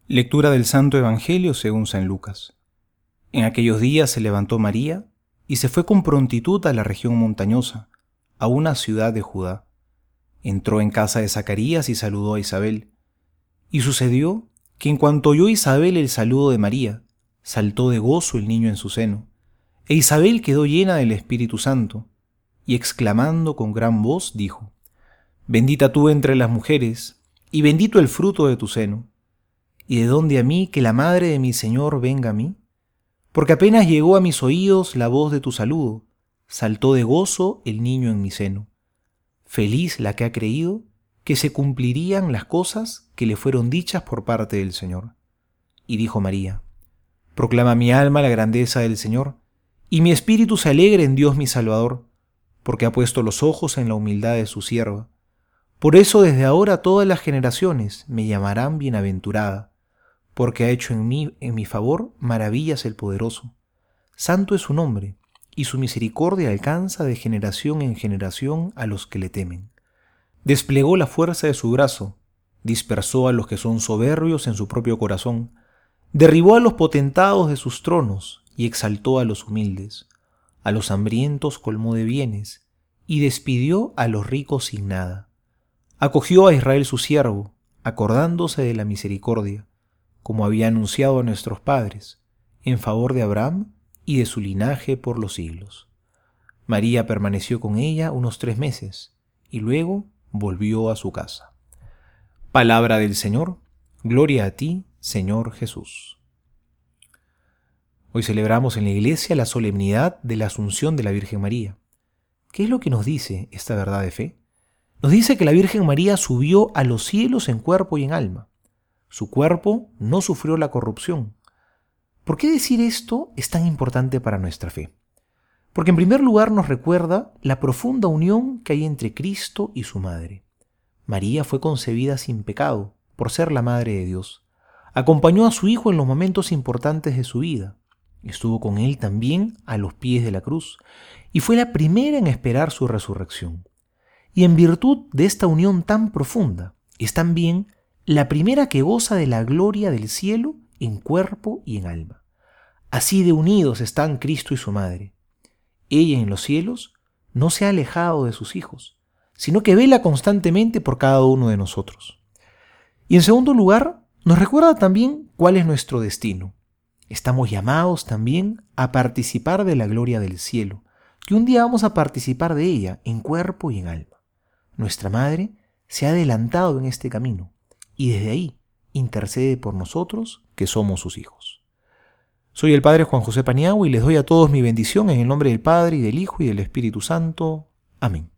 Lectura del Santo Evangelio según San Lucas. En aquellos días se levantó María y se fue con prontitud a la región montañosa, a una ciudad de Judá. Entró en casa de Zacarías y saludó a Isabel. Y sucedió que en cuanto oyó Isabel el saludo de María, saltó de gozo el niño en su seno. E Isabel quedó llena del Espíritu Santo, y exclamando con gran voz dijo: Bendita tú entre las mujeres, y bendito el fruto de tu seno. ¿Y de dónde a mí que la madre de mi Señor venga a mí? Porque apenas llegó a mis oídos la voz de tu saludo, saltó de gozo el niño en mi seno. Feliz la que ha creído que se cumplirían las cosas que le fueron dichas por parte del Señor. Y dijo María: Proclama mi alma la grandeza del Señor, y mi espíritu se alegra en Dios mi Salvador, porque ha puesto los ojos en la humildad de su sierva. Por eso desde ahora todas las generaciones me llamarán bienaventurada, porque ha hecho en mi favor, maravillas el poderoso. Santo es su nombre, y su misericordia alcanza de generación en generación a los que le temen. Desplegó la fuerza de su brazo, dispersó a los que son soberbios en su propio corazón, derribó a los potentados de sus tronos y exaltó a los humildes. A los hambrientos colmó de bienes y despidió a los ricos sin nada. Acogió a Israel su siervo, acordándose de la misericordia, como había anunciado a nuestros padres, en favor de Abraham y de su linaje por los siglos. María permaneció con ella unos 3 meses, y luego volvió a su casa. Palabra del Señor, gloria a ti, Señor Jesús. Hoy celebramos en la Iglesia la solemnidad de la Asunción de la Virgen María. ¿Qué es lo que nos dice esta verdad de fe? Nos dice que la Virgen María subió a los cielos en cuerpo y en alma. Su cuerpo no sufrió la corrupción. ¿Por qué decir esto es tan importante para nuestra fe? Porque en primer lugar nos recuerda la profunda unión que hay entre Cristo y su Madre. María fue concebida sin pecado, por ser la Madre de Dios. Acompañó a su Hijo en los momentos importantes de su vida. Estuvo con Él también a los pies de la cruz, y fue la primera en esperar su resurrección. Y en virtud de esta unión tan profunda, es también la primera que goza de la gloria del cielo en cuerpo y en alma. Así de unidos están Cristo y su Madre. Ella en los cielos no se ha alejado de sus hijos, sino que vela constantemente por cada uno de nosotros. Y en segundo lugar, nos recuerda también cuál es nuestro destino. Estamos llamados también a participar de la gloria del cielo, que un día vamos a participar de ella en cuerpo y en alma. Nuestra Madre se ha adelantado en este camino, y desde ahí intercede por nosotros que somos sus hijos. Soy el Padre Juan José Paniagua y les doy a todos mi bendición en el nombre del Padre y del Hijo y del Espíritu Santo. Amén.